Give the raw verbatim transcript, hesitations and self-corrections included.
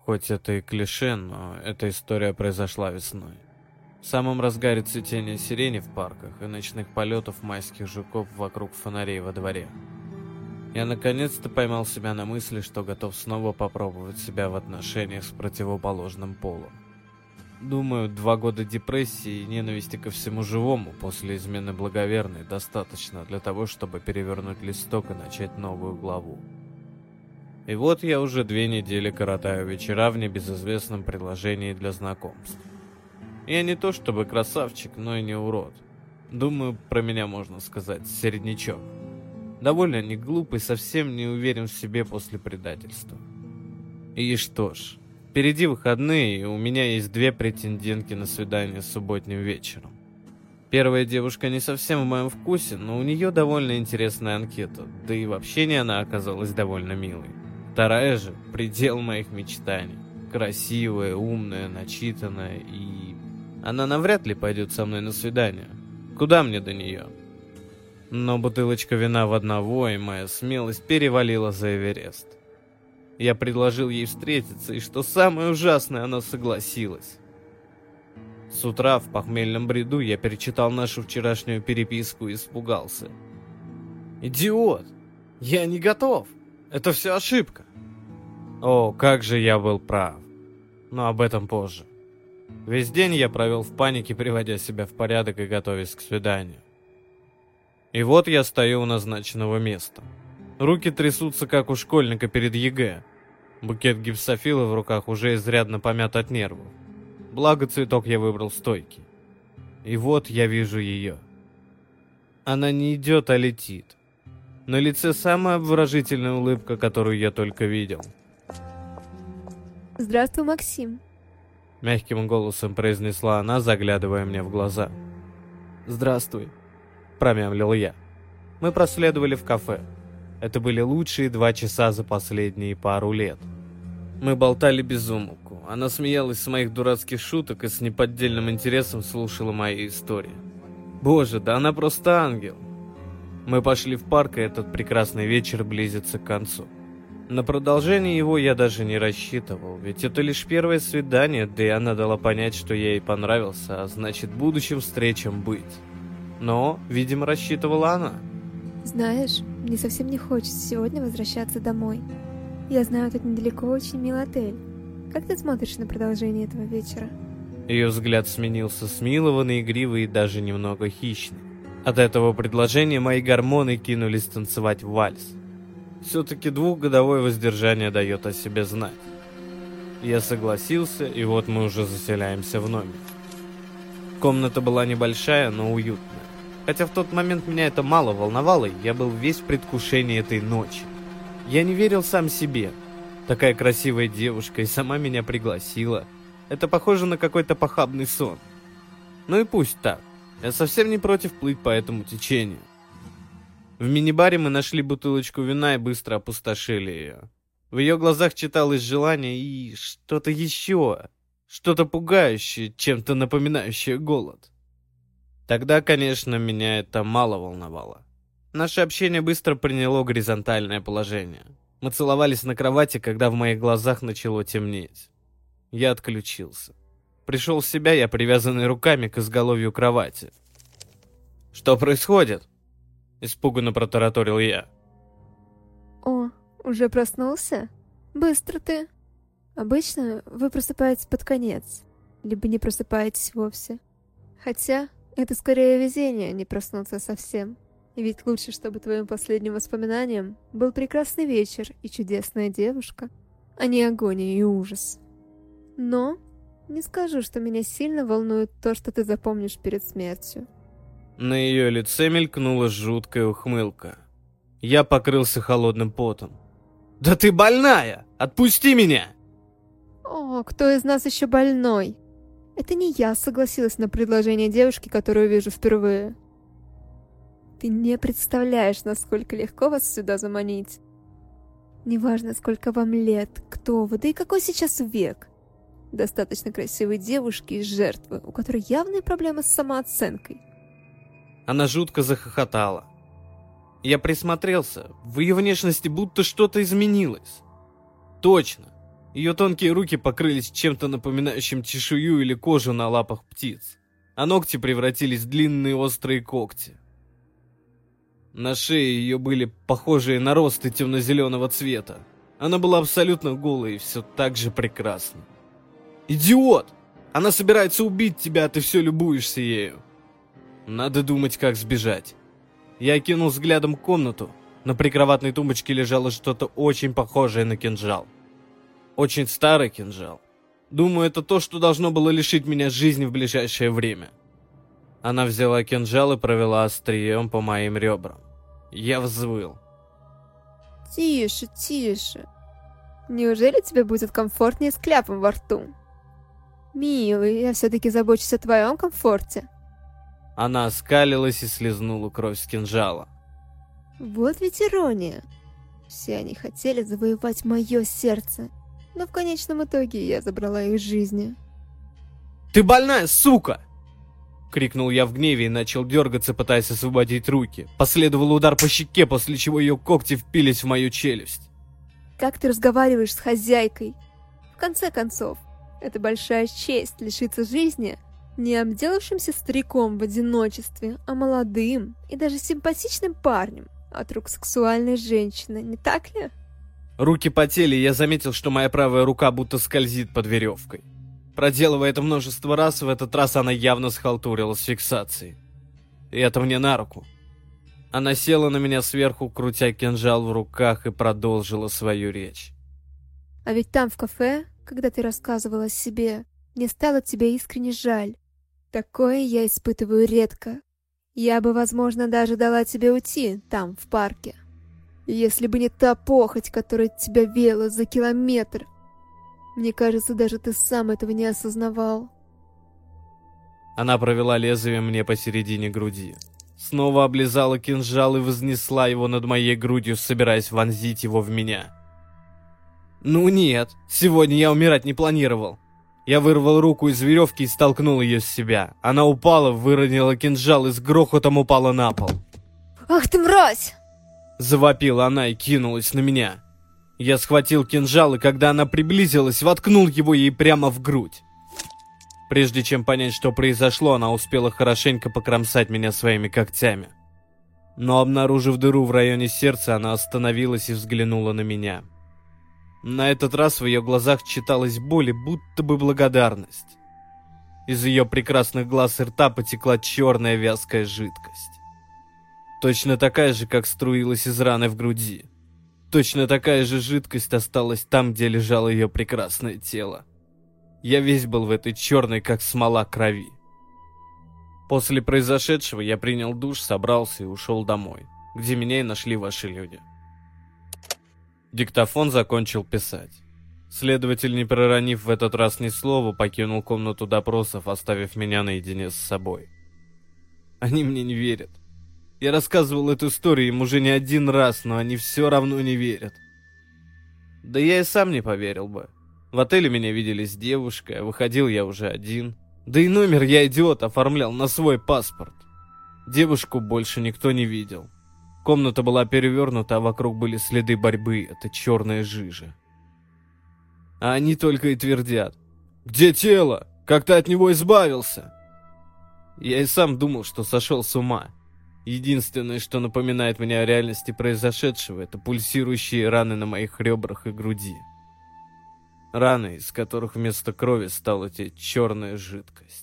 Хоть это и клише, но эта история произошла весной. В самом разгаре цветения сирени в парках и ночных полетов майских жуков вокруг фонарей во дворе. Я наконец-то поймал себя на мысли, что готов снова попробовать себя в отношениях с противоположным полом. Думаю, два года депрессии и ненависти ко всему живому после измены благоверной достаточно для того, чтобы перевернуть листок и начать новую главу. И вот я уже две недели коротаю вечера в небезызвестном предложении для знакомств. Я не то чтобы красавчик, но и не урод. Думаю, про меня можно сказать середнячок. Довольно не глупый, совсем не уверен в себе после предательства. И что ж, впереди выходные, и у меня есть две претендентки на свидание субботним вечером. Первая девушка не совсем в моем вкусе, но у нее довольно интересная анкета, да и в общении она оказалась довольно милой. Вторая же – предел моих мечтаний. Красивая, умная, начитанная, и... она навряд ли пойдет со мной на свидание. Куда мне до нее? Но бутылочка вина в одного, и моя смелость перевалила за Эверест. Я предложил ей встретиться, и что самое ужасное, она согласилась. С утра в похмельном бреду я перечитал нашу вчерашнюю переписку и испугался. Идиот! Я не готов! Это все ошибка! О, как же я был прав. Но об этом позже. Весь день я провел в панике, приводя себя в порядок и готовясь к свиданию. И вот я стою у назначенного места. Руки трясутся, как у школьника перед ЕГЭ. Букет гипсофила в руках уже изрядно помят от нервов. Благо, цветок я выбрал стойкий. И вот я вижу ее. Она не идет, а летит. На лице самая обворожительная улыбка, которую я только видел. «Здравствуй, Максим», — мягким голосом произнесла она, заглядывая мне в глаза. «Здравствуй», — промямлил я. Мы проследовали в кафе. Это были лучшие два часа за последние пару лет. Мы болтали без умолку. Она смеялась с моих дурацких шуток и с неподдельным интересом слушала мои истории. Боже, да она просто ангел. Мы пошли в парк, и этот прекрасный вечер близится к концу. На продолжение его я даже не рассчитывал, ведь это лишь первое свидание, да и она дала понять, что я ей понравился, а значит, будущим встречам быть. Но, видимо, рассчитывала она. «Знаешь, мне совсем не хочется сегодня возвращаться домой. Я знаю, тут недалеко очень милый отель. Как ты смотришь на продолжение этого вечера?» Ее взгляд сменился с милого на игривый и даже немного хищный. От этого предложения мои гормоны кинулись танцевать вальс. Все-таки двухгодовое воздержание дает о себе знать. Я согласился, и вот мы уже заселяемся в номер. Комната была небольшая, но уютная. Хотя в тот момент меня это мало волновало, и я был весь в предвкушении этой ночи. Я не верил сам себе. Такая красивая девушка и сама меня пригласила. Это похоже на какой-то похабный сон. Ну и пусть так. Я совсем не против плыть по этому течению. В мини-баре мы нашли бутылочку вина и быстро опустошили ее. В ее глазах читалось желание и что-то еще. Что-то пугающее, чем-то напоминающее голод. Тогда, конечно, меня это мало волновало. Наше общение быстро приняло горизонтальное положение. Мы целовались на кровати, когда в моих глазах начало темнеть. Я отключился. Пришел в себя я, привязанный руками к изголовью кровати. «Что происходит?» — испуганно протараторил я. «О, уже проснулся? Быстро ты. Обычно вы просыпаетесь под конец, либо не просыпаетесь вовсе. Хотя это скорее везение не проснуться совсем. Ведь лучше, чтобы твоим последним воспоминанием был прекрасный вечер и чудесная девушка, а не агония и ужас. Но не скажу, что меня сильно волнует то, что ты запомнишь перед смертью». На ее лице мелькнула жуткая ухмылка. Я покрылся холодным потом. «Да ты больная! Отпусти меня!» «О, кто из нас еще больной? Это не я согласилась на предложение девушки, которую вижу впервые. Ты не представляешь, насколько легко вас сюда заманить. Неважно, сколько вам лет, кто вы, да и какой сейчас век. Достаточно красивой девушки и жертвы, у которой явные проблемы с самооценкой». Она жутко захохотала. Я присмотрелся. В ее внешности будто что-то изменилось. Точно. Ее тонкие руки покрылись чем-то напоминающим чешую или кожу на лапах птиц, а ногти превратились в длинные острые когти. На шее ее были похожие наросты темно-зеленого цвета. Она была абсолютно голой и все так же прекрасна. «Идиот! Она собирается убить тебя, а ты все любуешься ею!» Надо думать, как сбежать. Я окинул взглядом комнату. На прикроватной тумбочке лежало что-то очень похожее на кинжал. Очень старый кинжал. Думаю, это то, что должно было лишить меня жизни в ближайшее время. Она взяла кинжал и провела острием по моим ребрам. Я взвыл. Тише, тише. Неужели тебе будет комфортнее с кляпом во рту? Милый, я все-таки забочусь о твоем комфорте. Она оскалилась и слезнула кровь с кинжала. Вот ведь ирония. Все они хотели завоевать мое сердце, но в конечном итоге я забрала их жизни. «Ты больная, сука!» Крикнул я в гневе и начал дергаться, пытаясь освободить руки. Последовал удар по щеке, после чего ее когти впились в мою челюсть. Как ты разговариваешь с хозяйкой? В конце концов, это большая честь лишиться жизни не обделавшимся стариком в одиночестве, а молодым и даже симпатичным парнем от рук сексуальной женщины, не так ли? Руки потели, и я заметил, что моя правая рука будто скользит под веревкой. Проделывая это множество раз, в этот раз она явно схалтурила с фиксацией. И это мне на руку. Она села на меня сверху, крутя кинжал в руках, и продолжила свою речь. А ведь там, в кафе, когда ты рассказывала о себе, мне стало тебя искренне жаль. Такое я испытываю редко. Я бы, возможно, даже дала тебе уйти там, в парке. Если бы не та похоть, которая тебя веяла за километр. Мне кажется, даже ты сам этого не осознавал. Она провела лезвием мне посередине груди. Снова облизала кинжал и вознесла его над моей грудью, собираясь вонзить его в меня. Ну нет, сегодня я умирать не планировал. Я вырвал руку из веревки и столкнул ее с себя. Она упала, выронила кинжал и с грохотом упала на пол. «Ах ты мразь!» Завопила она и кинулась на меня. Я схватил кинжал, и когда она приблизилась, воткнул его ей прямо в грудь. Прежде чем понять, что произошло, она успела хорошенько покромсать меня своими когтями. Но, обнаружив дыру в районе сердца, она остановилась и взглянула на меня. На этот раз в ее глазах читалась боль и будто бы благодарность. Из ее прекрасных глаз и рта потекла черная вязкая жидкость. Точно такая же, как струилась из раны в груди. Точно такая же жидкость осталась там, где лежало ее прекрасное тело. Я весь был в этой черной, как смола, крови. После произошедшего я принял душ, собрался и ушел домой, где меня и нашли ваши люди. Диктофон закончил писать. Следователь, не проронив в этот раз ни слова, покинул комнату допросов, оставив меня наедине с собой. Они мне не верят. Я рассказывал эту историю им уже не один раз, но они все равно не верят. Да я и сам не поверил бы. В отеле меня видели с девушкой, а выходил я уже один. Да и номер я, идиот, оформлял на свой паспорт. Девушку больше никто не видел. Комната была перевернута, а вокруг были следы борьбы. Это черная жижа. А они только и твердят: «Где тело? Как ты от него избавился?» Я и сам думал, что сошел с ума. Единственное, что напоминает мне о реальности произошедшего, это пульсирующие раны на моих ребрах и груди. Раны, из которых вместо крови стала течь черная жидкость.